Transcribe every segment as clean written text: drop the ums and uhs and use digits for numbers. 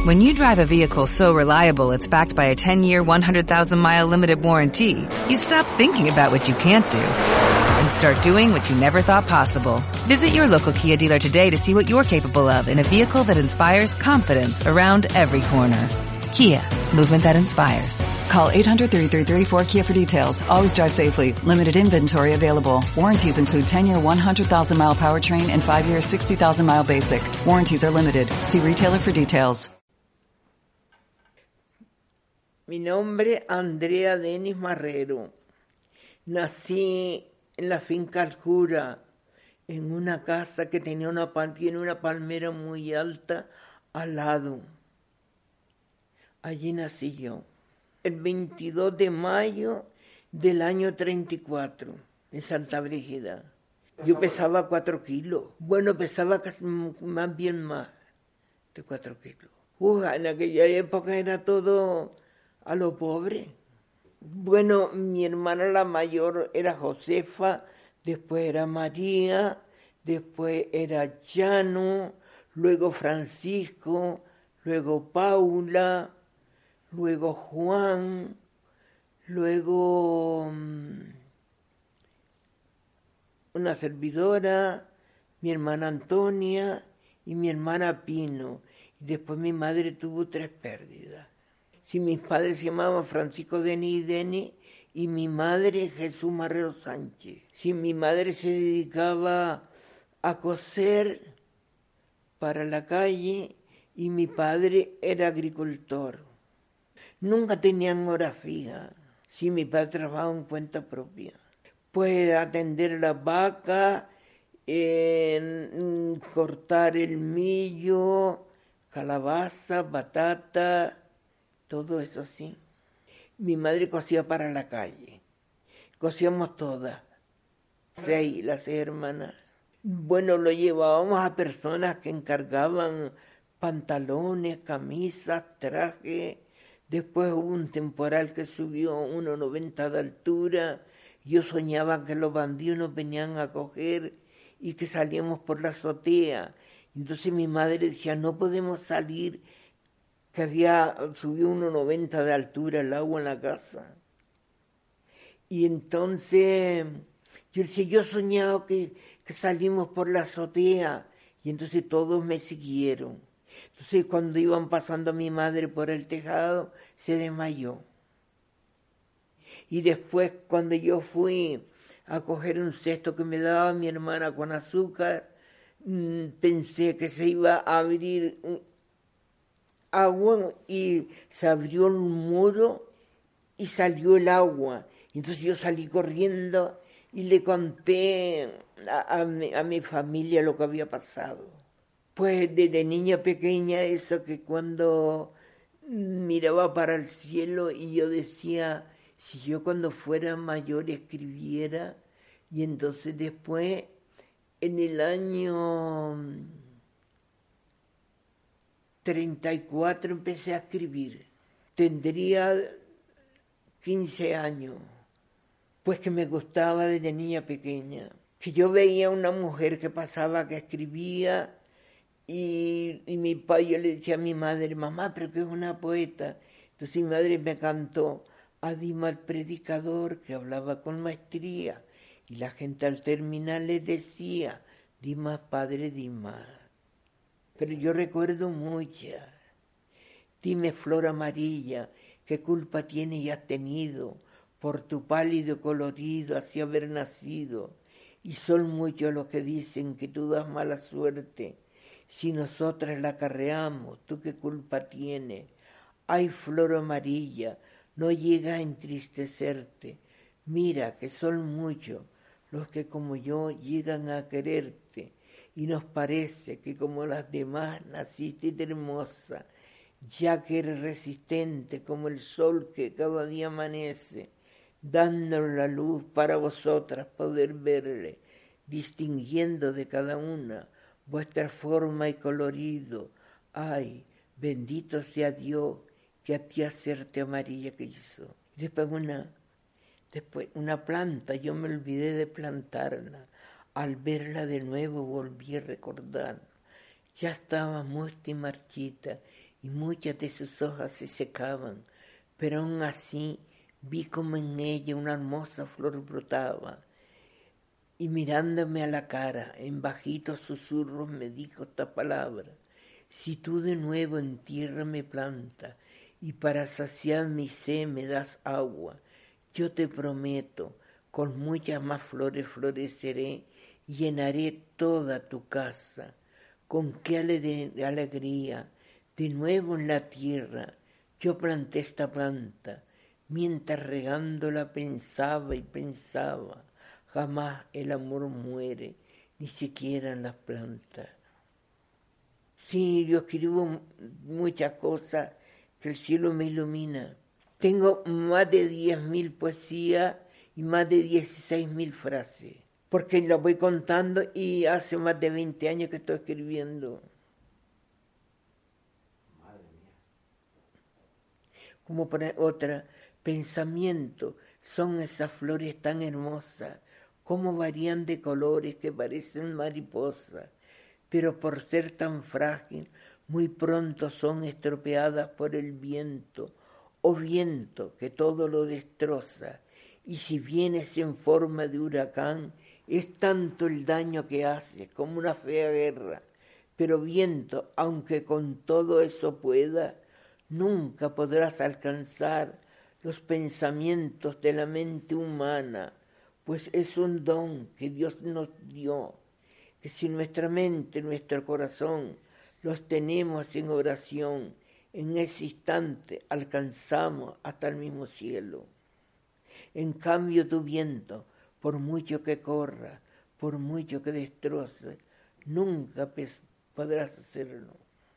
When you drive a vehicle so reliable it's backed by a 10-year, 100,000-mile limited warranty, you stop thinking about what you can't do and start doing what you never thought possible. Visit your local Kia dealer today to see what you're capable of in a vehicle that inspires confidence around every corner. Kia, movement that inspires. Call 800-333-4KIA for details. Always drive safely. Limited inventory available. Warranties include 10-year 100,000-mile powertrain and 5-year 60,000-mile basic. Warranties are limited. See retailer for details. Mi nombre Andrea Denis Marrero. Nací en la finca Alcura, en una casa que tiene una palmera muy alta al lado. Allí nací yo. El 22 de mayo del año 34, en Santa Brígida. Yo pesaba 4 kilos. Bueno, pesaba casi, más bien más de 4 kilos. En aquella época era todo a lo pobre. Bueno, mi hermana la mayor era Josefa, después era María, después era Llano, luego Francisco, luego Paula, luego Juan, luego una servidora, mi hermana Antonia y mi hermana Pino. Y después mi madre tuvo 3 pérdidas. Sí, mis padres se llamaban Francisco Denis y mi madre Jesús Marrero Sánchez. Sí, mi madre se dedicaba a coser para la calle y mi padre era agricultor. Nunca tenían hora fija. Sí, mi padre trabajaba en cuenta propia. Pues atender las vacas, cortar el millo, calabaza, batata, todo eso así. Mi madre cosía para la calle. Cosíamos todas. Las 6 hermanas. Bueno, lo llevábamos a personas que encargaban pantalones, camisas, trajes. Después hubo un temporal que subió 1,90 de altura. Yo soñaba que los bandidos nos venían a coger y que salíamos por la azotea. Entonces mi madre decía, no podemos salir, que subió 1,90 de altura el agua en la casa. Y entonces yo decía, yo he soñado que salimos por la azotea. Y entonces todos me siguieron. Entonces cuando iban pasando a mi madre por el tejado, se desmayó. Y después cuando yo fui a coger un cesto que me daba mi hermana con azúcar, pensé que se iba a abrir agua y se abrió el muro y salió el agua. Entonces yo salí corriendo y le conté a mi familia lo que había pasado. Pues desde niña pequeña eso que cuando miraba para el cielo y yo decía, si yo cuando fuera mayor escribiera, y entonces después en el año 34 empecé a escribir. Tendría 15 años, pues que me gustaba desde niña pequeña. Que yo veía una mujer que pasaba, que escribía, y mi padre, yo le decía a mi madre, mamá, pero que es una poeta. Entonces mi madre me cantó a Dima el predicador, que hablaba con maestría, y la gente al terminar le decía, Dimas, padre Dimas. Pero yo recuerdo muchas. Dime, flor amarilla, ¿qué culpa tienes y has tenido por tu pálido colorido así haber nacido? Y son muchos los que dicen que tú das mala suerte. Si nosotras la acarreamos, ¿tú qué culpa tienes? Ay, flor amarilla, no llega a entristecerte. Mira que son muchos los que como yo llegan a quererte. Y nos parece que como las demás naciste hermosa, ya que eres resistente como el sol que cada día amanece, dándonos la luz para vosotras poder verle, distinguiendo de cada una vuestra forma y colorido. Ay, bendito sea Dios que a ti hacerte amarilla que hizo. Después una planta, yo me olvidé de plantarla. Al verla de nuevo volví a recordar. Ya estaba muerta y marchita, y muchas de sus hojas se secaban, pero aún así vi como en ella una hermosa flor brotaba, y mirándome a la cara, en bajitos susurros me dijo esta palabra: si tú de nuevo en tierra me plantas, y para saciar mi sed me das agua, yo te prometo, con muchas más flores floreceré, y llenaré toda tu casa. Con qué alegría, de nuevo en la tierra, yo planté esta planta, mientras regándola pensaba y pensaba, jamás el amor muere, ni siquiera en las plantas. Sí, yo escribo muchas cosas que el cielo me ilumina. Tengo más de 10.000 poesías y más de 16.000 frases, porque las voy contando y hace más de 20 años que estoy escribiendo. Madre mía. Como poner otra, pensamiento, son esas flores tan hermosas, cómo varían de colores que parecen mariposas, pero por ser tan frágil, muy pronto son estropeadas por el viento, o viento que todo lo destroza, y si vienes en forma de huracán, es tanto el daño que hace como una fea guerra, pero viento, aunque con todo eso pueda, nunca podrás alcanzar los pensamientos de la mente humana, pues es un don que Dios nos dio, que si nuestra mente, nuestro corazón, los tenemos en oración, en ese instante alcanzamos hasta el mismo cielo. En cambio tu viento, por mucho que corra, por mucho que destroce, nunca podrás hacerlo.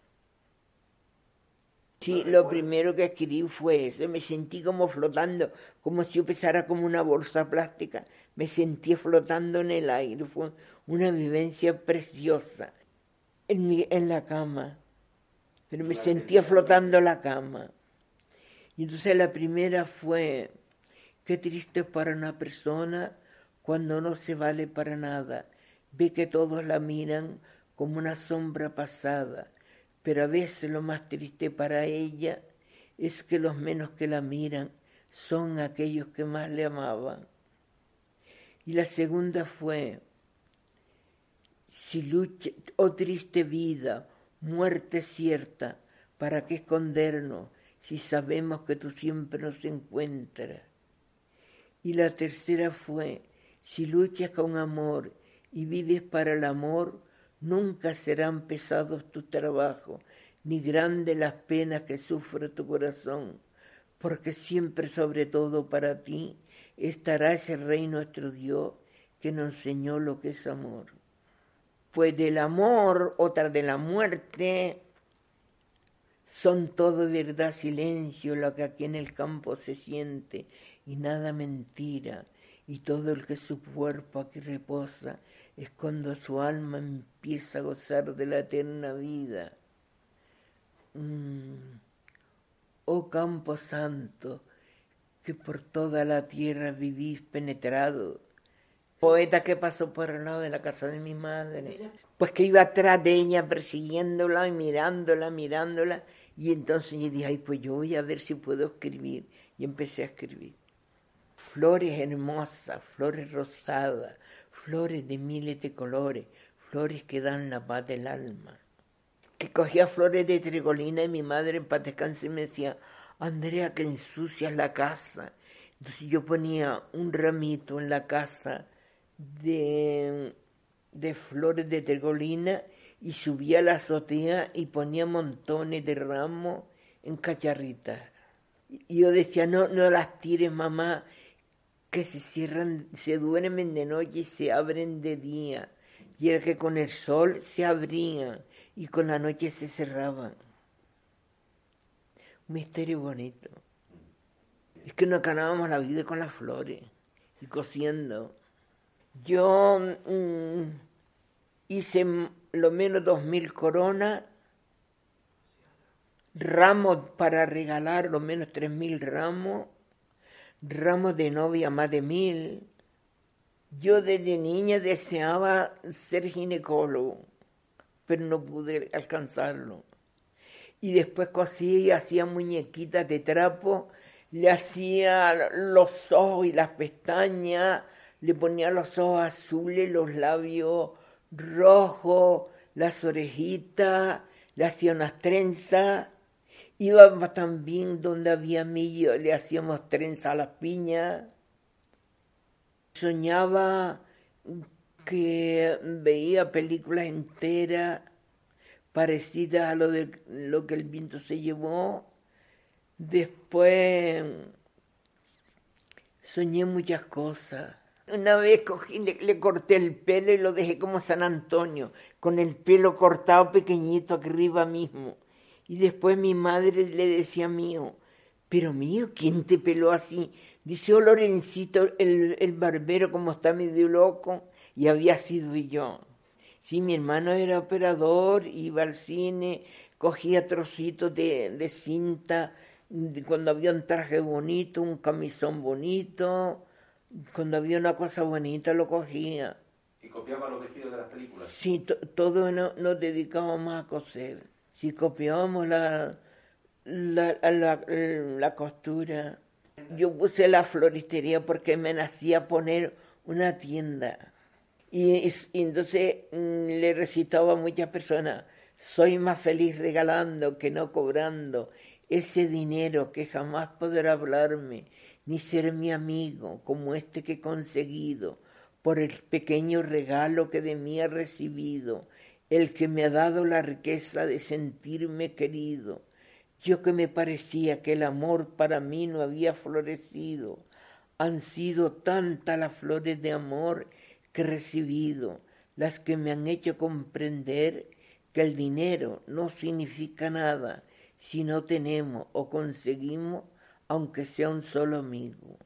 Sí, lo primero que escribí fue eso, me sentí como flotando, como si yo pesara como una bolsa plástica, me sentí flotando en el aire, fue una vivencia preciosa en la cama, pero me sentía flotando la cama. Y entonces la primera fue: qué triste para una persona cuando no se vale para nada, ve que todos la miran como una sombra pasada, pero a veces lo más triste para ella es que los menos que la miran son aquellos que más le amaban. Y la segunda fue: si lucha, oh triste vida, muerte cierta, ¿para qué escondernos si sabemos que tú siempre nos encuentras? Y la tercera fue: si luchas con amor y vives para el amor, nunca serán pesados tus trabajos, ni grandes las penas que sufre tu corazón, porque siempre sobre todo para ti estará ese rey nuestro Dios que nos enseñó lo que es amor. Pues del amor, otra de la muerte, son todo verdad, silencio, lo que aquí en el campo se siente, y nada mentira, y todo el que su cuerpo aquí reposa, es cuando su alma empieza a gozar de la eterna vida. Oh campo santo, que por toda la tierra vivís penetrado. Poeta que pasó por el lado de la casa de mi madre, pues que iba atrás de ella persiguiéndola y mirándola, y entonces yo dije, ay, pues yo voy a ver si puedo escribir, y empecé a escribir. Flores hermosas, flores rosadas, flores de miles de colores, flores que dan la paz del alma. Que cogía flores de tregolina y mi madre en paz descanse me decía, Andrea, que ensucias la casa. Entonces yo ponía un ramito en la casa de flores de tregolina y subía a la azotea y ponía montones de ramos en cacharritas. Y yo decía, no las tires, mamá, que se cierran, se duermen de noche y se abren de día. Y era que con el sol se abrían y con la noche se cerraban. Un misterio bonito. Es que nos ganábamos la vida con las flores y cosiendo. Yo hice lo menos 2.000 coronas, ramos para regalar lo menos 3.000 ramos, ramos de novia más de 1.000. Yo desde niña deseaba ser ginecólogo, pero no pude alcanzarlo. y después cosía y hacía muñequitas de trapo, le hacía los ojos y las pestañas, le ponía los ojos azules, los labios rojos, las orejitas, le hacía unas trenzas. Íbamos también donde había millo, le hacíamos trenzas a las piñas. Soñaba que veía películas enteras parecidas a lo que el viento se llevó. Después soñé muchas cosas. Una vez le corté el pelo y lo dejé como San Antonio, con el pelo cortado pequeñito aquí arriba mismo. Y después mi madre le decía mío, pero mío, ¿quién te peló así? Dice, oh Lorencito, el barbero, como está medio loco, y había sido yo. Sí, mi hermano era operador, iba al cine, cogía trocitos de cinta, cuando había un traje bonito, un camisón bonito, cuando había una cosa bonita lo cogía. ¿Y copiaba los vestidos de las películas? Sí, todos nos dedicábamos a coser. Sí, copiábamos la costura. Yo puse la floristería porque me nacía poner una tienda. Y entonces le recitaba a muchas personas, soy más feliz regalando que no cobrando ese dinero que jamás podrá hablarme, ni ser mi amigo como este que he conseguido, por el pequeño regalo que de mí ha recibido, el que me ha dado la riqueza de sentirme querido. Yo que me parecía que el amor para mí no había florecido, han sido tantas las flores de amor que he recibido, las que me han hecho comprender que el dinero no significa nada si no tenemos o conseguimos, aunque sea un solo amigo.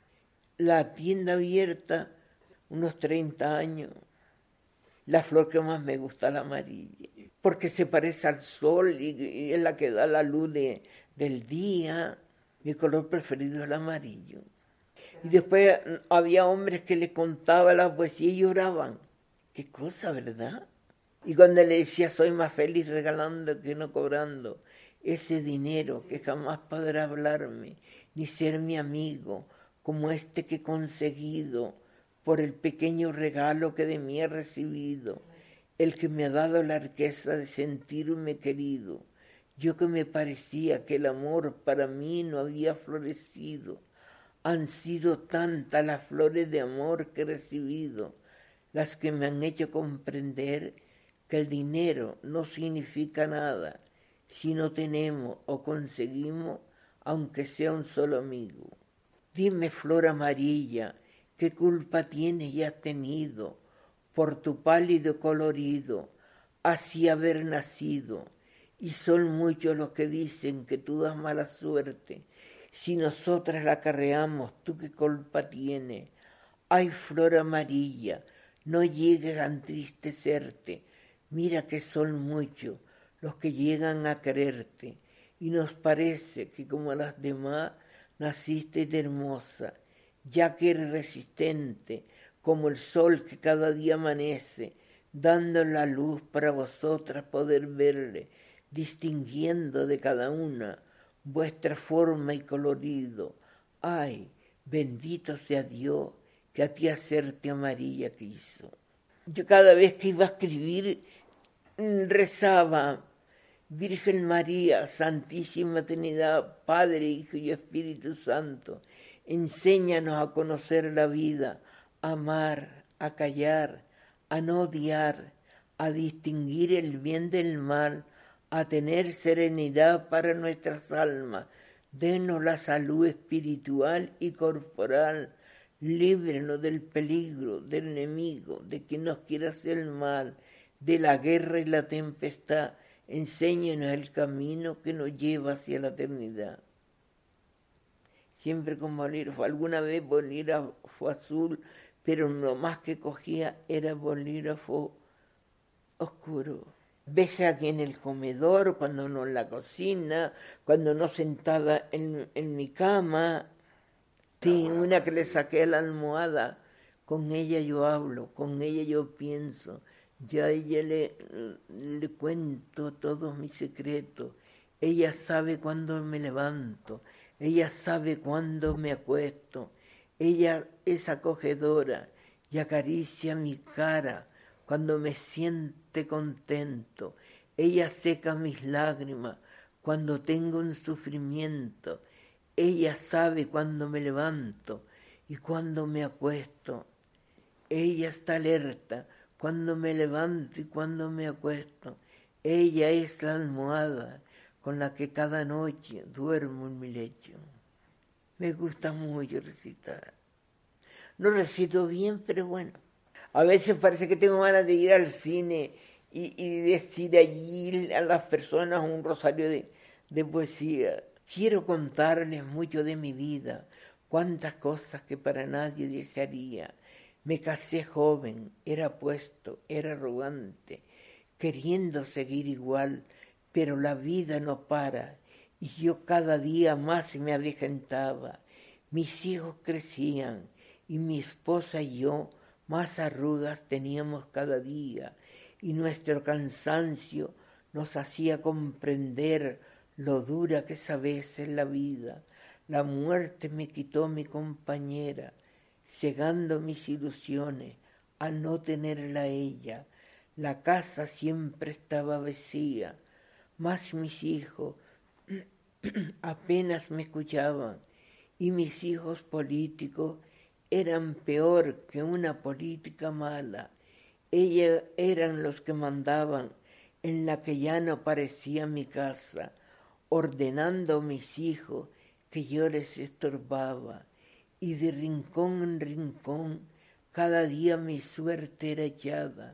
La tienda abierta, unos 30 años, la flor que más me gusta es la amarilla, porque se parece al sol y es la que da la luz del día. Mi color preferido es el amarillo. Y después había hombres que le contaba la poesía y lloraban. Qué cosa, ¿verdad? Y cuando le decía, soy más feliz regalando que no cobrando ese dinero que jamás podrá hablarme, ni ser mi amigo, como este que he conseguido por el pequeño regalo que de mí he recibido, el que me ha dado la riqueza de sentirme querido. Yo que me parecía que el amor para mí no había florecido, han sido tantas las flores de amor que he recibido, las que me han hecho comprender que el dinero no significa nada si no tenemos o conseguimos, aunque sea un solo amigo. Dime, flor amarilla, ¿qué culpa tienes y has tenido por tu pálido colorido, así haber nacido? Y son muchos los que dicen que tú das mala suerte. Si nosotras la acarreamos, ¿tú qué culpa tienes? Ay, flor amarilla, no llegues a entristecerte. Mira que son muchos los que llegan a quererte. Y nos parece que como las demás naciste de hermosa, ya que eres resistente, como el sol que cada día amanece, dando la luz para vosotras poder verle, distinguiendo de cada una vuestra forma y colorido. Ay, bendito sea Dios que a ti hacerte amarilla quiso. Yo cada vez que iba a escribir rezaba, Virgen María, Santísima Trinidad, Padre, Hijo y Espíritu Santo, enséñanos a conocer la vida, a amar, a callar, a no odiar, a distinguir el bien del mal, a tener serenidad para nuestras almas. Denos la salud espiritual y corporal. Líbrenos del peligro, del enemigo, de quien nos quiera hacer el mal, de la guerra y la tempestad. Enséñanos el camino que nos lleva hacia la eternidad. Siempre con bolígrafo. Alguna vez bolígrafo azul, pero lo más que cogía era bolígrafo oscuro. Veces aquí en el comedor, cuando no en la cocina, cuando no sentada en mi cama. Sí, una que le saqué la almohada, con ella yo hablo, con ella yo pienso. Ya a ella le cuento todos mis secretos Ella sabe cuándo me levanto, ella sabe cuándo me acuesto. Ella es acogedora y acaricia mi cara cuando me siente contento. Ella seca mis lágrimas cuando tengo un sufrimiento. Ella sabe cuándo me levanto y cuándo me acuesto. Ella está alerta cuando me levanto y cuando me acuesto. Ella es la almohada con la que cada noche duermo en mi lecho. Me gusta mucho recitar. No recito bien, pero bueno. A veces parece que tengo ganas de ir al cine y decir allí a las personas un rosario de poesía. Quiero contarles mucho de mi vida, cuántas cosas que para nadie desearía. Me casé joven, era apuesto, era arrogante, queriendo seguir igual, pero la vida no para, y yo cada día más me avejentaba. Mis hijos crecían, y mi esposa y yo más arrugas teníamos cada día, y nuestro cansancio nos hacía comprender lo dura que es a veces la vida. La muerte me quitó mi compañera, cegando mis ilusiones al no tenerla a ella. La casa siempre estaba vacía, mas mis hijos apenas me escuchaban, y mis hijos políticos eran peor que una política mala. Ellos eran los que mandaban en la que ya no parecía mi casa, ordenando a mis hijos que yo les estorbaba, y de rincón en rincón cada día mi suerte era echada.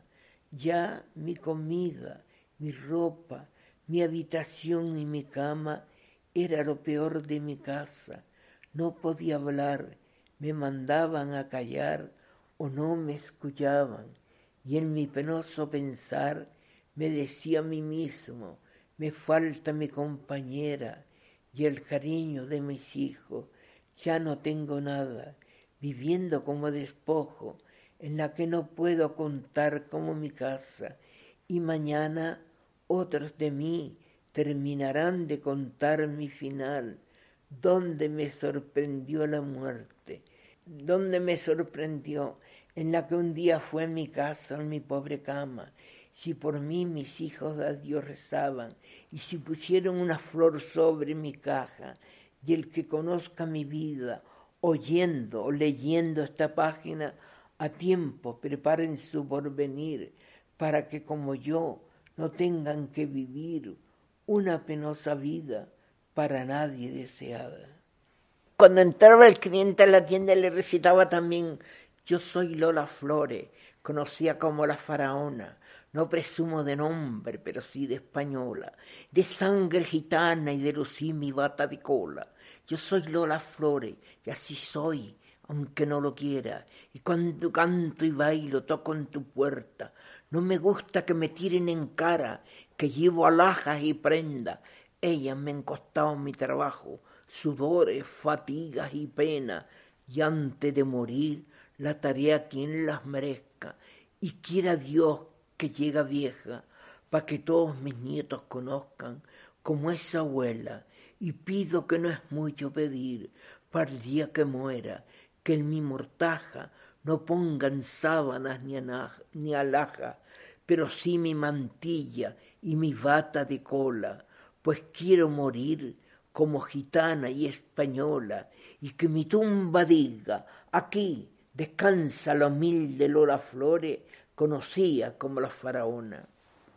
Ya mi comida, mi ropa, mi habitación y mi cama era lo peor de mi casa. No podía hablar, me mandaban a callar o no me escuchaban, y en mi penoso pensar me decía a mí mismo, me falta mi compañera y el cariño de mis hijos. Ya no tengo nada, viviendo como despojo, en la que no puedo contar como mi casa, y mañana otros de mí terminarán de contar mi final. ¿Dónde me sorprendió la muerte? ¿Dónde me sorprendió? En la que un día fue mi casa, en mi pobre cama. Si por mí mis hijos a Dios rezaban, y si pusieron una flor sobre mi caja, y el que conozca mi vida, oyendo o leyendo esta página, a tiempo preparen su porvenir, para que como yo no tengan que vivir una penosa vida para nadie deseada. Cuando entraba el cliente a la tienda le recitaba también, yo soy Lola Flores, conocida como la faraona, no presumo de nombre, pero sí de española, de sangre gitana y de lucir mi bata de cola. Yo soy Lola Flores, y así soy, aunque no lo quiera, y cuando canto y bailo toco en tu puerta. No me gusta que me tiren en cara, que llevo alhajas y prendas. Ellas me han costado mi trabajo, sudores, fatigas y penas, y antes de morir la tarea quien las merezca, y quiera Dios que llega vieja, pa' que todos mis nietos conozcan como esa abuela, y pido que no es mucho pedir, para el día que muera, que en mi mortaja no pongan sábanas ni alhajas, pero sí mi mantilla y mi bata de cola, pues quiero morir como gitana y española, y que mi tumba diga, aquí descansa la humilde Lola Flores, conocía como la faraona.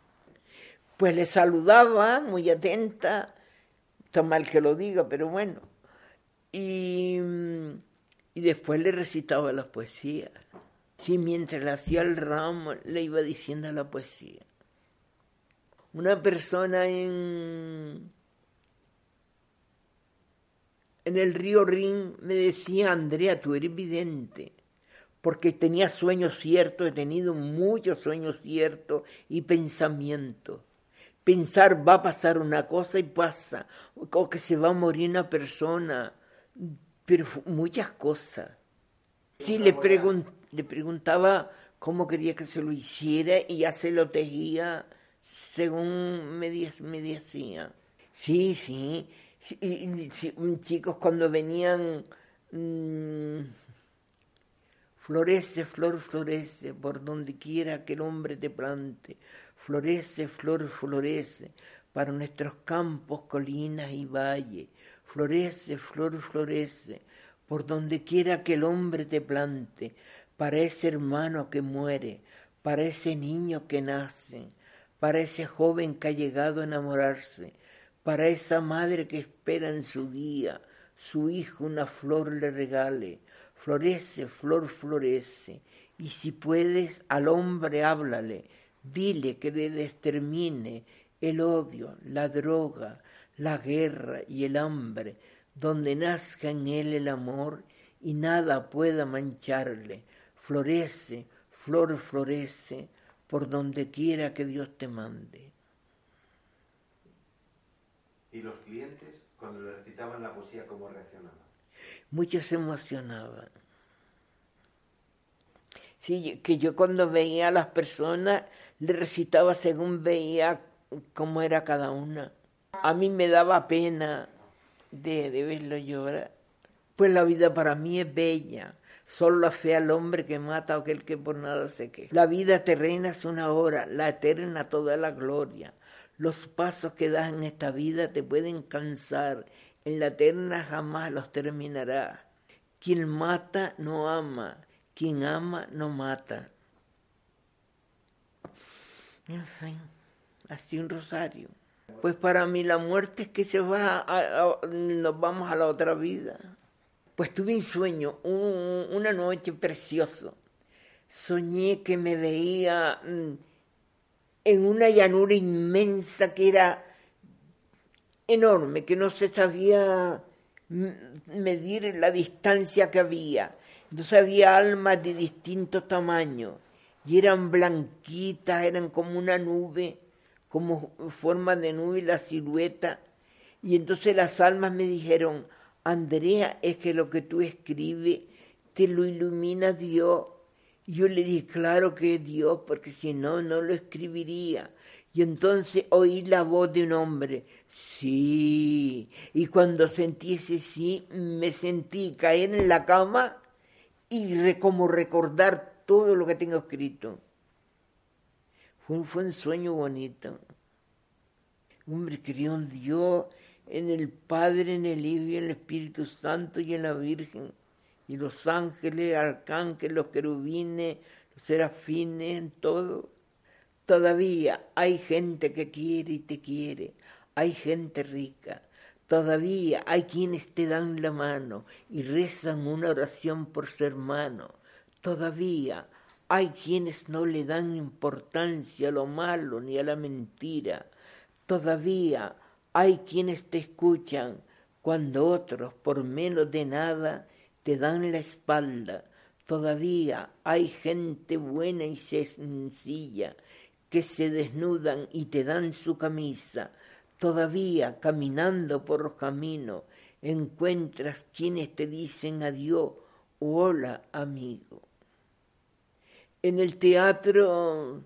Pues le saludaba muy atenta, está mal que lo diga, pero bueno, y después le recitaba la poesía. Sí, mientras le hacía el ramo, le iba diciendo la poesía. Una persona en el río Rin me decía, Andrea, tú eres vidente, porque tenía sueños ciertos, he tenido muchos sueños ciertos y pensamientos. Pensar va a pasar una cosa y pasa, o que se va a morir una persona, pero muchas cosas. Sí, le preguntaba cómo quería que se lo hiciera y ya se lo tejía según me decía. Sí, sí. Sí, chicos cuando venían, florece, flor, florece, por donde quiera que el hombre te plante. Florece, flor, florece, para nuestros campos, colinas y valles. Florece, flor, florece, por donde quiera que el hombre te plante, para ese hermano que muere, para ese niño que nace, para ese joven que ha llegado a enamorarse, para esa madre que espera en su día, su hijo una flor le regale. Florece, flor, florece, y si puedes, al hombre háblale, dile que extermine el odio, la droga, la guerra y el hambre, donde nazca en él el amor y nada pueda mancharle. Florece, flor, florece, por donde quiera que Dios te mande. ¿Y los clientes, cuando le recitaban la poesía, cómo reaccionaban? Muchos se emocionaban. Sí, que yo cuando veía a las personas, le recitaba según veía cómo era cada una. A mí me daba pena de verlo llorar. Pues la vida para mí es bella. Solo la fe al hombre que mata o aquel que por nada se queja. La vida terrena es una hora, la eterna toda la gloria. Los pasos que das en esta vida te pueden cansar, en la eterna jamás los terminarás. Quien mata no ama, quien ama no mata. En fin, así un rosario. Pues para mí la muerte es que nos vamos a la otra vida. Pues tuve un sueño, una noche precioso. Soñé que me veía en una llanura inmensa que era enorme, que no se sabía medir la distancia que había. Entonces había almas de distintos tamaños y eran blanquitas, eran como una nube, como forma de nube la silueta. Y entonces las almas me dijeron: Andrea, es que lo que tú escribes te lo ilumina Dios. Y yo le dije: claro que es Dios, porque si no, no lo escribiría. Y entonces oí la voz de un hombre: sí. Y cuando sentí ese sí, me sentí caer en la cama y como recordar todo lo que tengo escrito. Fue un sueño bonito. Hombre, creyó en Dios, en el Padre, en el Hijo y en el Espíritu Santo y en la Virgen, y los ángeles, arcángeles, los querubines, los serafines, en todo. Todavía hay gente que quiere y te quiere, hay gente rica. Todavía hay quienes te dan la mano y rezan una oración por su hermano. Todavía hay quienes no le dan importancia a lo malo ni a la mentira. Todavía hay quienes te escuchan cuando otros, por menos de nada, te dan la espalda. Todavía hay gente buena y sencilla que se desnudan y te dan su camisa. Todavía, caminando por los caminos, encuentras quienes te dicen adiós o hola, amigo. En el teatro,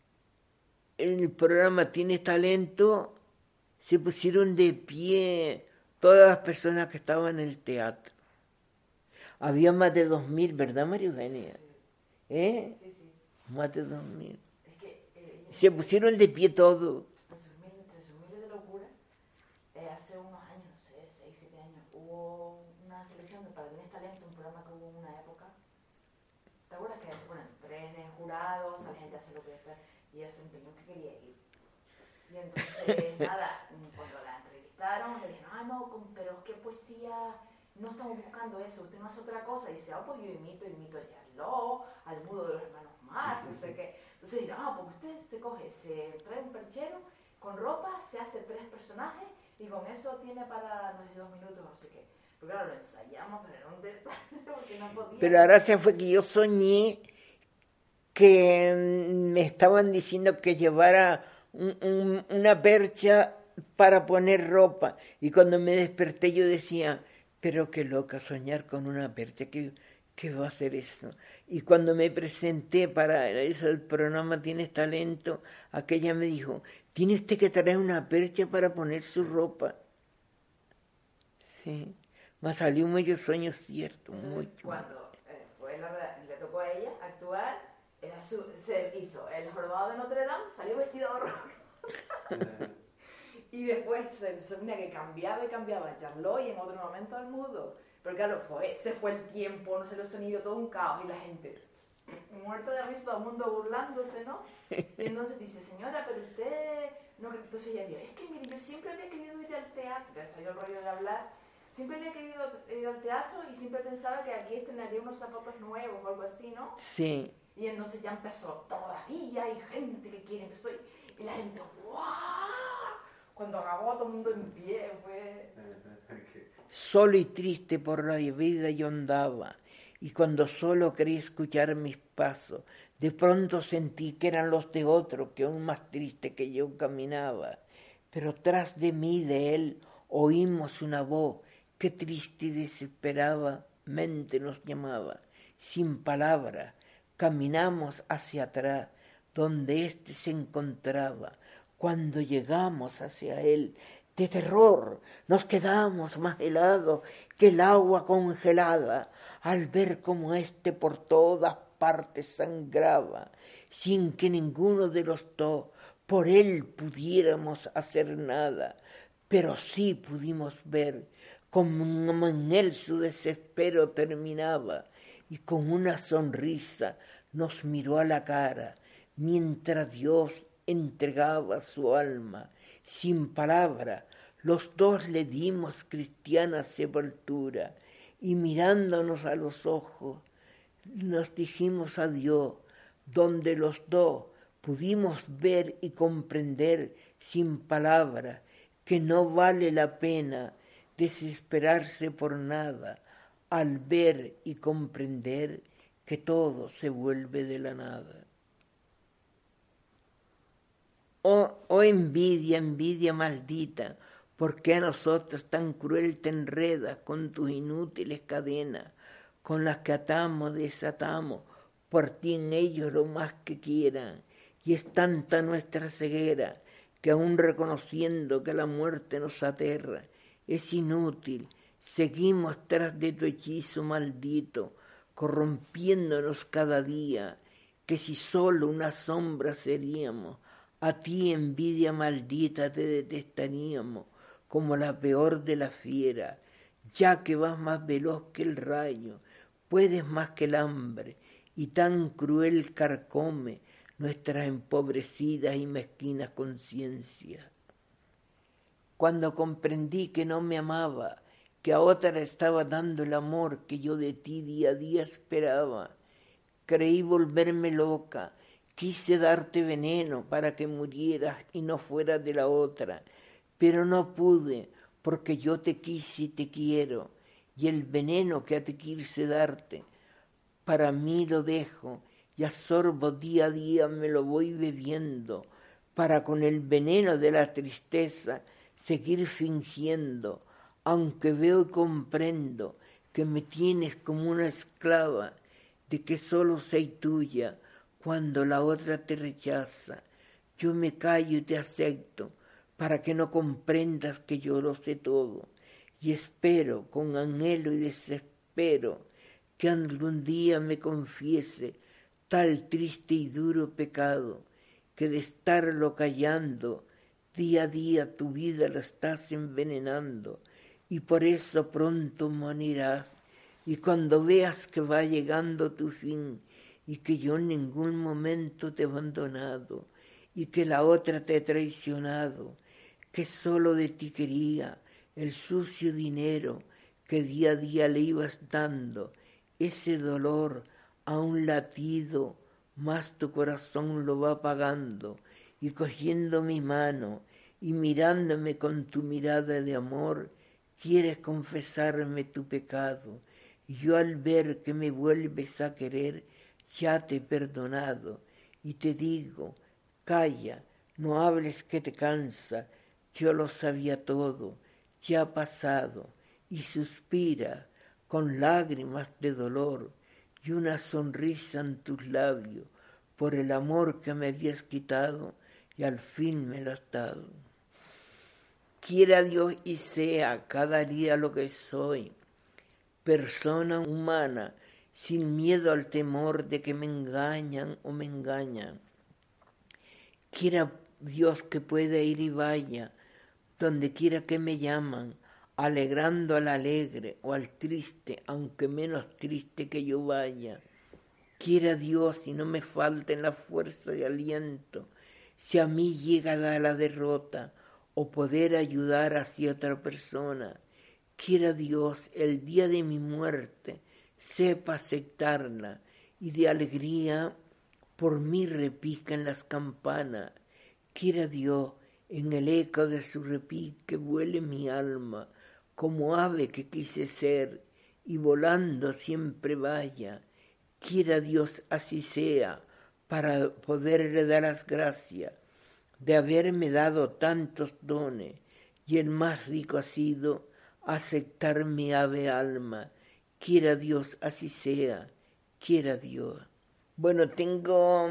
en el programa Tienes Talento, se pusieron de pie todas las personas que estaban en el teatro. Había más de 2.000, ¿verdad, María Eugenia? ¿Eh? Sí, sí. Más de 2.000. Es que, se pusieron de pie todos. Entre sus miles de locura, hace unos años, no sé, 6, 7 años, hubo una selección de Para Tienes Talento, un programa que hubo en una época. ¿Te acuerdas que se ponen 3 jurados, la gente hace lo que está, y ella se empeñó que quería ir? Y entonces, nada, cuando la entrevistaron, le dijeron: ah, no, pero qué poesía, no estamos buscando eso, usted no hace otra cosa. Y dice: ah, pues yo imito a Charlot, al Mudo de los Hermanos Marx, no sé qué. Entonces dijeron: ah, porque usted se trae un perchero con ropa, se hace 3 personajes y con eso tiene para, no sé, 2 minutos, no sé qué. Pero claro, lo ensayamos, pero era un desastre porque no podía. Pero la gracia fue que yo soñé que me estaban diciendo que llevara una percha para poner ropa, y cuando me desperté yo decía: pero qué loca soñar con una percha, ¿qué va a hacer eso? Y cuando me presenté para eso, el programa Tienes Talento, aquella me dijo, tiene usted que traer una percha para poner su ropa. Sí, me salió un medio sueño cierto, mucho. Cuando le tocó a ella actuar, se hizo el jorobado de Notre Dame, salió vestido de horror. Y después se suponía que cambiaba y cambiaba Charlotte, y en otro momento al mudo. Pero claro, se fue el tiempo, no sé, los sonidos, todo un caos, y la gente muerta de risa, todo el mundo burlándose, ¿no? Y entonces dice, señora, pero usted... No, entonces ella dijo, es que mire, yo siempre había querido ir al teatro, ya salió el rollo de hablar, siempre había querido ir al teatro y siempre pensaba que aquí estrenaría unos zapatos nuevos o algo así, ¿no? Sí. Y entonces ya empezó, todavía hay gente que quiere, empezó, y la gente, ¡guau! Cuando acabó todo el mundo en pie, fue... Solo y triste por la vida yo andaba, y cuando solo quería escuchar mis pasos, de pronto sentí que eran los de otro, que aún más triste que yo caminaba. Pero tras de mí, de él, oímos una voz que triste y desesperadamente nos llamaba. Sin palabra, caminamos hacia atrás, donde éste se encontraba. Cuando llegamos hacia él, de terror nos quedamos más helados que el agua congelada al ver cómo éste por todas partes sangraba, sin que ninguno de los dos por él pudiéramos hacer nada, pero sí pudimos ver cómo en él su desespero terminaba y con una sonrisa nos miró a la cara mientras Dios entregaba su alma. Sin palabra, los dos le dimos cristiana sepultura y mirándonos a los ojos nos dijimos adiós, donde los dos pudimos ver y comprender sin palabra que no vale la pena desesperarse por nada al ver y comprender que todo se vuelve de la nada. Oh envidia, envidia maldita, ¿por qué a nosotros tan cruel te enredas con tus inútiles cadenas, con las que atamos, desatamos, por ti en ellos lo más que quieran? Y es tanta nuestra ceguera, que aun reconociendo que la muerte nos aterra, es inútil, seguimos tras de tu hechizo maldito, corrompiéndonos cada día, que si solo una sombra seríamos, a ti, envidia maldita, te detestaríamos como la peor de las fieras, ya que vas más veloz que el rayo, puedes más que el hambre, y tan cruel carcome nuestras empobrecidas y mezquinas conciencias. Cuando comprendí que no me amaba, que a otra estaba dando el amor que yo de ti día a día esperaba, creí volverme loca. Quise darte veneno para que murieras y no fueras de la otra, pero no pude porque yo te quise y te quiero, y el veneno que a ti quise darte, para mí lo dejo y a sorbo día a día me lo voy bebiendo, para con el veneno de la tristeza seguir fingiendo, aunque veo y comprendo que me tienes como una esclava, de que solo soy tuya, cuando la otra te rechaza. Yo me callo y te acepto, para que no comprendas que yo lo sé todo, y espero con anhelo y desespero que algún día me confiese tal triste y duro pecado, que de estarlo callando, día a día tu vida la estás envenenando, y por eso pronto morirás, y cuando veas que va llegando tu fin, y que yo en ningún momento te he abandonado, y que la otra te ha traicionado, que solo de ti quería el sucio dinero que día a día le ibas dando, ese dolor a un latido, más tu corazón lo va pagando, y cogiendo mi mano y mirándome con tu mirada de amor, quieres confesarme tu pecado, y yo al ver que me vuelves a querer, ya te he perdonado, y te digo, calla, no hables que te cansa, yo lo sabía todo, ya ha pasado, y suspira con lágrimas de dolor, y una sonrisa en tus labios por el amor que me habías quitado y al fin me lo has dado. Quiera Dios y sea cada día lo que soy, persona humana, sin miedo al temor de que me engañan o me engañan. Quiera Dios que pueda ir y vaya, donde quiera que me llaman, alegrando al alegre o al triste, aunque menos triste que yo vaya. Quiera Dios y no me falten la fuerza y aliento, si a mí llega la derrota, o poder ayudar hacia otra persona. Quiera Dios el día de mi muerte sepa aceptarla y de alegría por mí repiquen las campanas. Quiera Dios en el eco de su repique vuele mi alma como ave que quise ser y volando siempre vaya. Quiera Dios así sea para poderle dar las gracias de haberme dado tantos dones, y el más rico ha sido aceptar mi ave alma. Quiera Dios así sea, quiera Dios. Bueno, tengo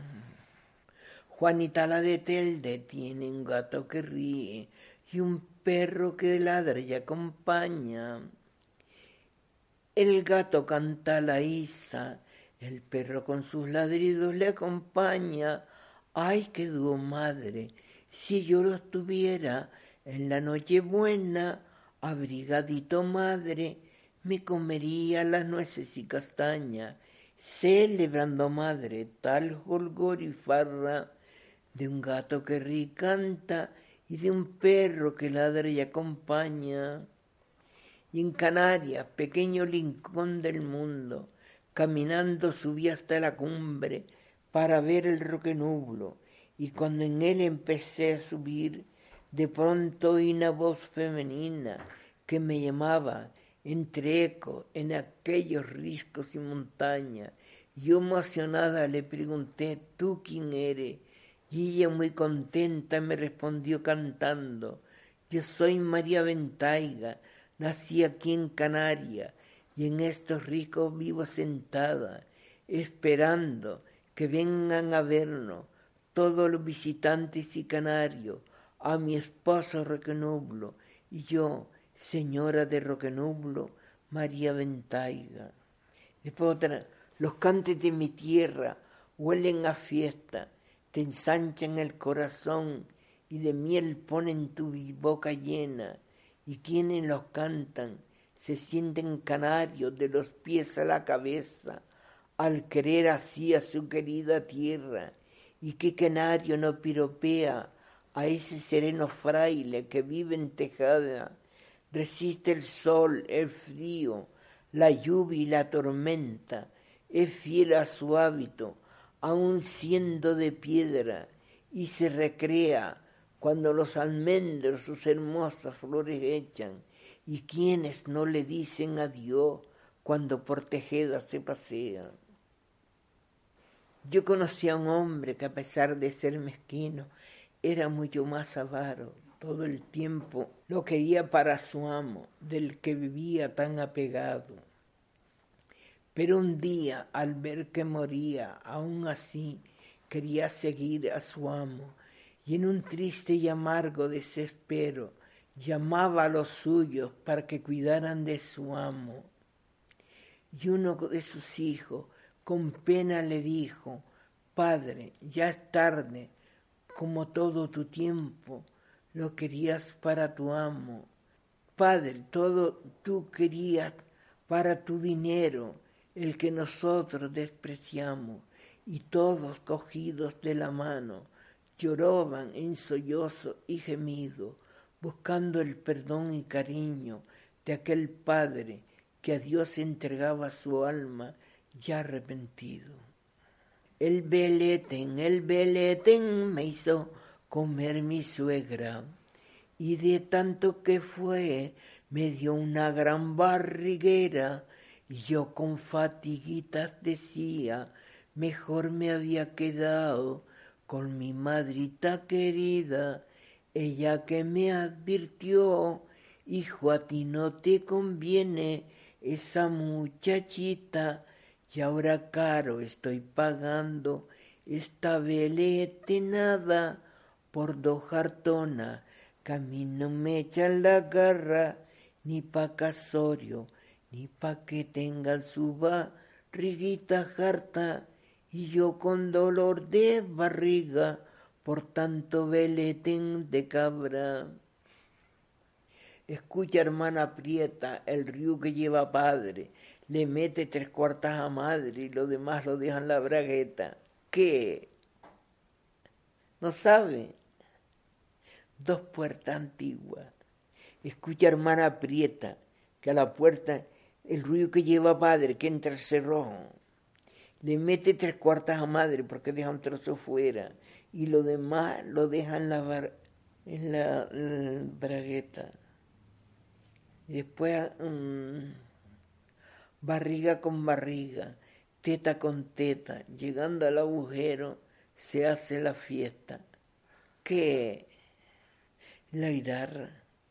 Juanita la de Telde, tiene un gato que ríe y un perro que ladra y acompaña. El gato canta la Isa, el perro con sus ladridos le acompaña. Ay, qué dúo, madre, si yo lo tuviera en la Nochebuena, abrigadito madre, me comería las nueces y castañas, celebrando madre tal jolgor y farra, de un gato que ríe y canta y de un perro que ladra y acompaña. Y en Canarias, pequeño rincón del mundo, caminando subí hasta la cumbre para ver el roquenublo, y cuando en él empecé a subir, de pronto oí una voz femenina que me llamaba entre ecos en aquellos riscos y montañas. Yo emocionada le pregunté, ¿tú quién eres? Y ella muy contenta me respondió cantando, yo soy María Ventaiga, nací aquí en Canarias y en estos ricos vivo sentada, esperando que vengan a vernos todos los visitantes y canarios, a mi esposo Roquenublo, y yo, señora de Roquenublo, María Ventaiga. Después otra, los cantes de mi tierra huelen a fiesta, te ensanchan el corazón y de miel ponen tu boca llena, y quienes los cantan se sienten canarios de los pies a la cabeza, al querer así a su querida tierra, y qué canario no piropea a ese sereno fraile que vive en Tejada, resiste el sol, el frío, la lluvia y la tormenta, es fiel a su hábito, aun siendo de piedra, y se recrea cuando los almendros sus hermosas flores echan, y quienes no le dicen adiós cuando por Tejeda se pasea. Yo conocí a un hombre que a pesar de ser mezquino, era mucho más avaro, todo el tiempo lo quería para su amo, del que vivía tan apegado. Pero un día, al ver que moría, aún así quería seguir a su amo, y en un triste y amargo desespero llamaba a los suyos para que cuidaran de su amo. Y uno de sus hijos con pena le dijo, Padre, ya es tarde, como todo tu tiempo lo querías para tu amo. Padre, todo tú querías para tu dinero, el que nosotros despreciamos, y todos cogidos de la mano lloraban en sollozo y gemido, buscando el perdón y cariño de aquel padre que a Dios entregaba su alma ya arrepentido. El beleten me hizo comer mi suegra, y de tanto que fue me dio una gran barriguera, y yo con fatiguitas decía, mejor me había quedado con mi madrita querida, ella que me advirtió, hijo, a ti no te conviene esa muchachita, y ahora caro estoy pagando esta velete nada por 2 jartonas, que a mí no me echan la garra ni pa' casorio, ni pa' que tengan su barriguita harta, y yo con dolor de barriga por tanto veletén de cabra. Escucha, hermana aprieta, el río que lleva padre, le mete 3/4 a madre y lo demás lo deja en la bragueta. ¿Qué? ¿No sabe? 2 puertas antiguas. Escucha, hermana aprieta, que a la puerta el río que lleva padre, que entra el cerrojo, le mete 3/4 a madre porque deja un trozo fuera y lo demás lo deja en la bragueta. Y después barriga con barriga, teta con teta, llegando al agujero se hace la fiesta. ¿Qué? La guitarra.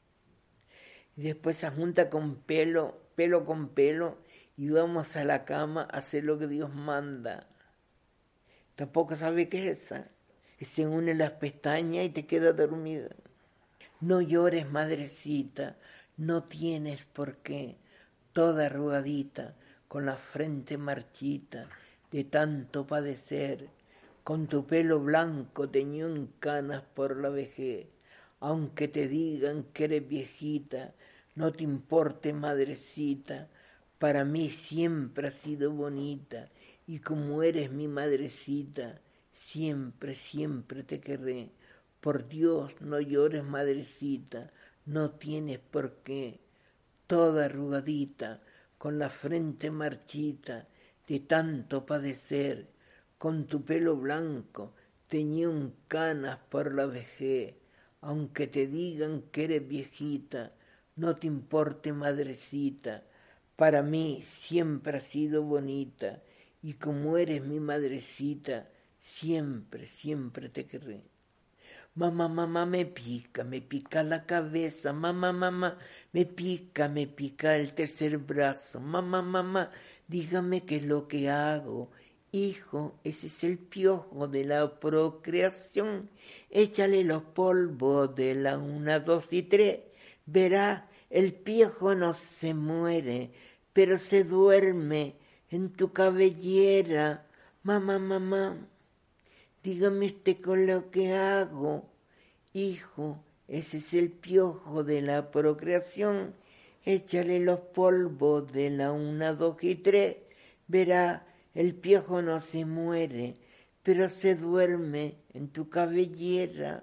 Y después se junta con pelo con pelo, y vamos a la cama a hacer lo que Dios manda. Tampoco sabe qué es esa, que se unen las pestañas y te quedas dormida. No llores, madrecita, no tienes por qué, toda arrugadita, con la frente marchita, de tanto padecer, con tu pelo blanco teñido en canas por la vejez. Aunque te digan que eres viejita, no te importe, madrecita, para mí siempre has sido bonita, y como eres mi madrecita, siempre, siempre te querré. Por Dios, no llores, madrecita, no tienes por qué, toda arrugadita, con la frente marchita, de tanto padecer, con tu pelo blanco, teñido en canas por la vejez. Aunque te digan que eres viejita, no te importe, madrecita, para mí siempre has sido bonita, y como eres mi madrecita, siempre, siempre te querré. Mamá, mamá, me pica la cabeza, mamá, mamá, me pica el tercer brazo, mamá, mamá, dígame qué es lo que hago. Hijo, ese es el piojo de la procreación, échale los polvos de la 1, 2 y 3, verá, el piojo no se muere, pero se duerme en tu cabellera, mamá, mamá. Dígame usted con lo que hago. Hijo, ese es el piojo de la procreación. Échale los polvos de la 1, 2 y 3. Verá, el piojo no se muere, pero se duerme en tu cabellera.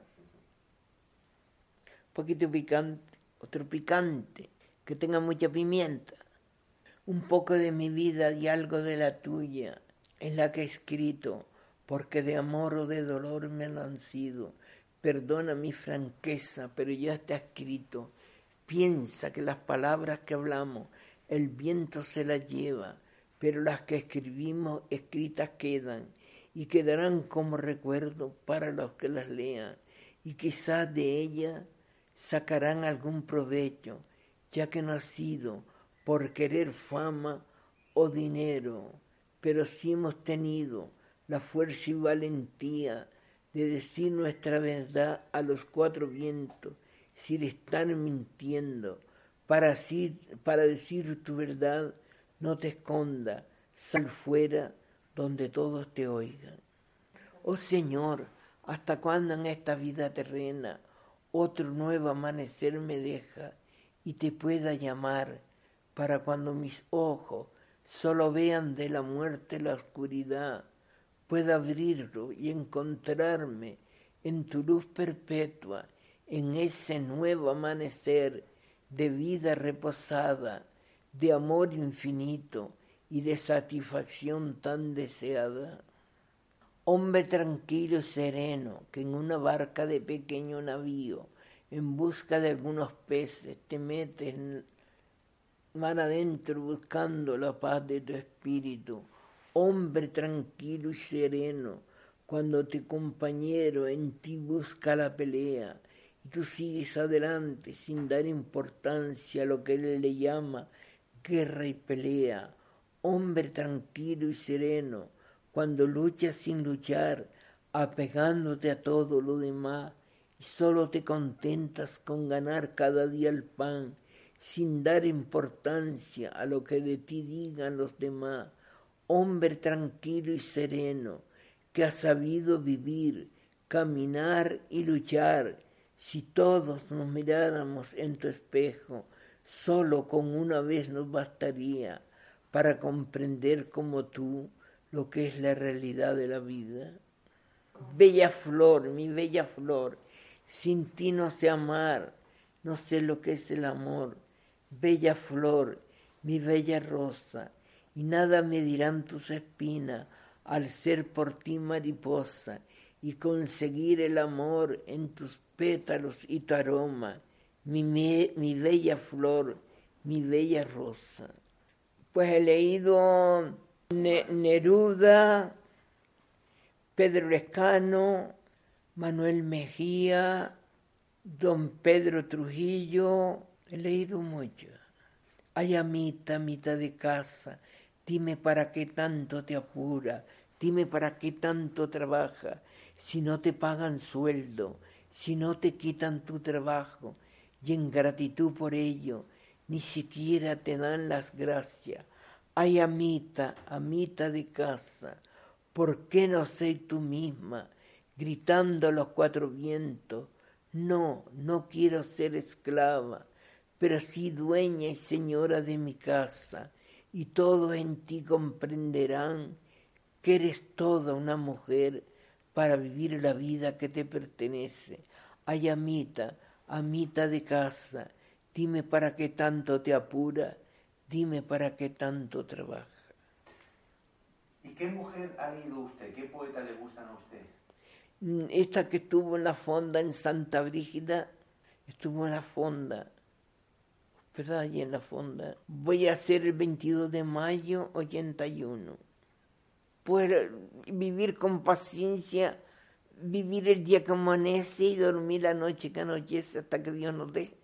Un poquito picante, otro picante, que tenga mucha pimienta. Un poco de mi vida y algo de la tuya es la que he escrito, porque de amor o de dolor me lo han sido. Perdona mi franqueza, pero ya está escrito. Piensa que las palabras que hablamos, el viento se las lleva, pero las que escribimos escritas quedan, y quedarán como recuerdo para los que las lean, y quizás de ellas sacarán algún provecho, ya que no ha sido por querer fama o dinero, pero sí hemos tenido la fuerza y valentía de decir nuestra verdad a los 4 vientos, sin estar mintiendo. Para decir tu verdad, no te escondas, sal fuera donde todos te oigan. Oh Señor, ¿hasta cuándo en esta vida terrena otro nuevo amanecer me deja y te pueda llamar, para cuando mis ojos solo vean de la muerte la oscuridad, pueda abrirlo y encontrarme en tu luz perpetua, en ese nuevo amanecer de vida reposada, de amor infinito y de satisfacción tan deseada? Hombre tranquilo y sereno, que en una barca de pequeño navío, en busca de algunos peces, te metes mar adentro buscando la paz de tu espíritu. Hombre tranquilo y sereno, cuando tu compañero en ti busca la pelea, y tú sigues adelante sin dar importancia a lo que él le llama guerra y pelea. hombre tranquilo y sereno, cuando luchas sin luchar, apegándote a todo lo demás, y solo te contentas con ganar cada día el pan, sin dar importancia a lo que de ti digan los demás. Hombre tranquilo y sereno, que ha sabido vivir, caminar y luchar. Si todos nos miráramos en tu espejo, solo con una vez nos bastaría para comprender como tú lo que es la realidad de la vida. Bella flor, mi bella flor, sin ti no sé amar, no sé lo que es el amor. Bella flor, mi bella rosa, y nada me dirán tus espinas al ser por ti mariposa y conseguir el amor en tus pétalos y tu aroma, mi bella flor, mi bella rosa. Pues he leído Neruda, Pedro Lescano, Manuel Mejía, don Pedro Trujillo, he leído mucho. Ay, amita de casa, dime para qué tanto te apura, dime para qué tanto trabaja, si no te pagan sueldo, si no te quitan tu trabajo, y en gratitud por ello, ni siquiera te dan las gracias. Ay, amita de casa, ¿por qué no sé tú misma, gritando a los cuatro vientos? No quiero ser esclava, pero sí dueña y señora de mi casa, y todos en ti comprenderán que eres toda una mujer para vivir la vida que te pertenece. Ay, amita de casa, dime para qué tanto te apura, dime para qué tanto trabaja. ¿Y qué mujer ha leído usted? ¿Qué poeta le gustan a usted? Esta que estuvo en la fonda en Santa Brígida, estuvo en la fonda, ¿verdad? Allí en la fonda. Voy a hacer el 22 de mayo 81. Pues vivir con paciencia, vivir el día que amanece y dormir la noche que anochece hasta que Dios nos deje.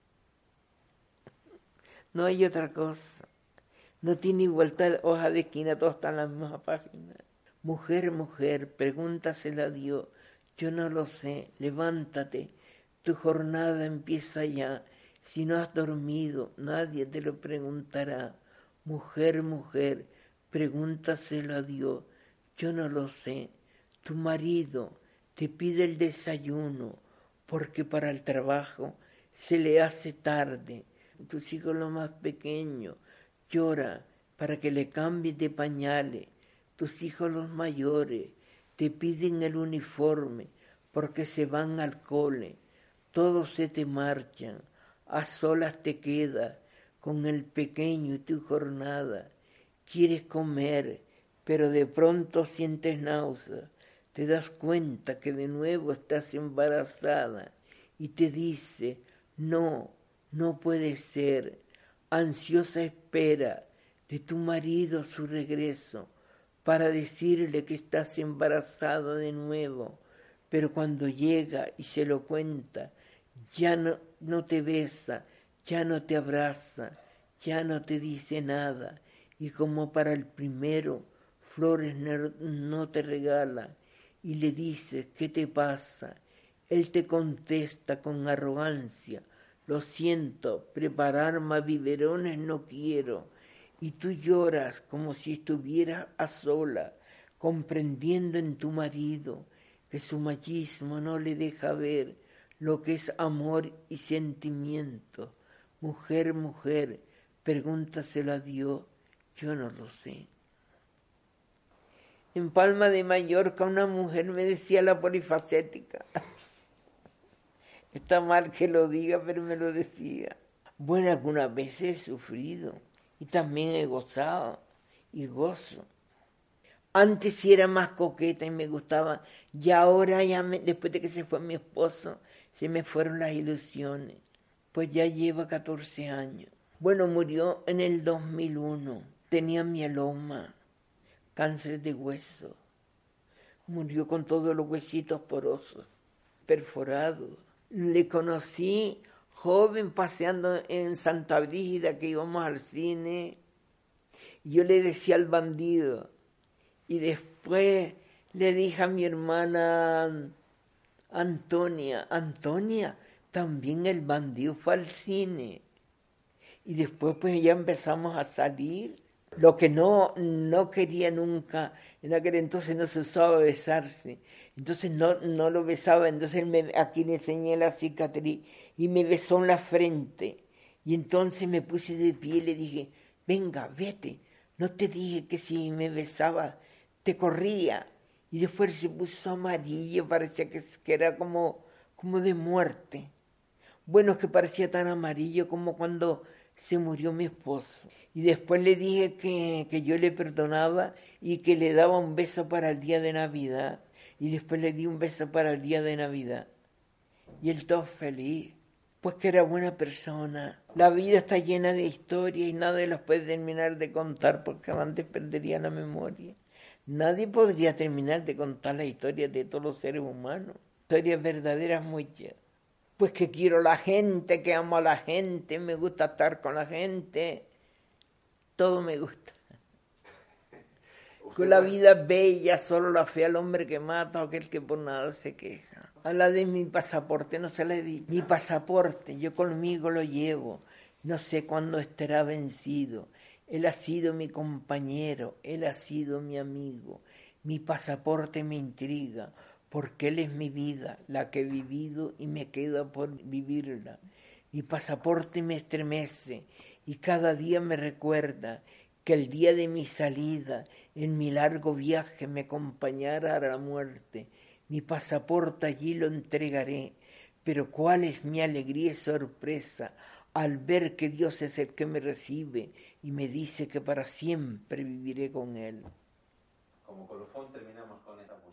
No hay otra cosa. No tiene igualdad, hoja de esquina, todos están en la misma página. Mujer, mujer, pregúntasela a Dios. Yo no lo sé, levántate, tu jornada empieza ya. Si no has dormido, nadie te lo preguntará. Mujer, mujer, pregúntaselo a Dios. Yo no lo sé. Tu marido te pide el desayuno porque para el trabajo se le hace tarde. Tus hijos los más pequeños llora para que le cambies de pañales. Tus hijos los mayores te piden el uniforme porque se van al cole. Todos se te marchan, a solas te quedas con el pequeño y tu jornada. Quieres comer, pero de pronto sientes náuseas. Te das cuenta que de nuevo estás embarazada y te dice, no puede ser. Ansiosa espera de tu marido su regreso para decirle que estás embarazada de nuevo, pero cuando llega y se lo cuenta, ya no te besa, ya no te abraza, ya no te dice nada, y como para el primero, flores no te regala, y le dices, ¿qué te pasa? Él te contesta con arrogancia, lo siento, preparar más biberones no quiero, y tú lloras como si estuvieras a sola, comprendiendo en tu marido que su machismo no le deja ver lo que es amor y sentimiento. Mujer, mujer, pregúntaselo a Dios, yo no lo sé. En Palma de Mallorca una mujer me decía la polifacética. Está mal que lo diga, pero me lo decía. Bueno, algunas veces he sufrido y también he gozado y gozo. Antes sí era más coqueta y me gustaba, y ahora después de que se fue mi esposo, se me fueron las ilusiones. Pues ya lleva 14 años. Bueno, murió en el 2001. Tenía mieloma, cáncer de hueso. Murió con todos los huesitos porosos, perforados. Le conocí joven paseando en Santa Brígida, que íbamos al cine, Y yo le decía al bandido. Y después le dije a mi hermana Antonia, también el bandido fue al cine. Y después pues ya empezamos a salir. Lo que no quería nunca, en aquel entonces no se usaba besarse. Entonces no lo besaba, entonces aquí le enseñé la cicatriz y me besó en la frente. Y entonces me puse de pie y le dije, venga, vete. No te dije que si me besaba te corría. Y después se puso amarillo, parecía que era como de muerte. Bueno, es que parecía tan amarillo como cuando se murió mi esposo. Y después le dije que yo le perdonaba y que le daba un beso para el día de Navidad. Y después le di un beso para el día de Navidad. Y él todo feliz, pues que era buena persona. La vida está llena de historias y nadie las puede terminar de contar porque antes perdería la memoria. Nadie podría terminar de contar las historias de todos los seres humanos. Historias verdaderas muchas. Pues que quiero a la gente, que amo a la gente, me gusta estar con la gente. Todo me gusta. Con la vida es bella, solo la fe al hombre que mata o aquel que por nada se queja. A la de mi pasaporte no se le di. Mi pasaporte, yo conmigo lo llevo. No sé cuándo estará vencido. Él ha sido mi compañero, él ha sido mi amigo. Mi pasaporte me intriga, porque él es mi vida, la que he vivido y me queda por vivirla. Mi pasaporte me estremece y cada día me recuerda que el día de mi salida, en mi largo viaje, me acompañará a la muerte. Mi pasaporte allí lo entregaré, pero cuál es mi alegría y sorpresa al ver que Dios es el que me recibe y me dice que para siempre viviré con Él. Como colofón terminamos con esta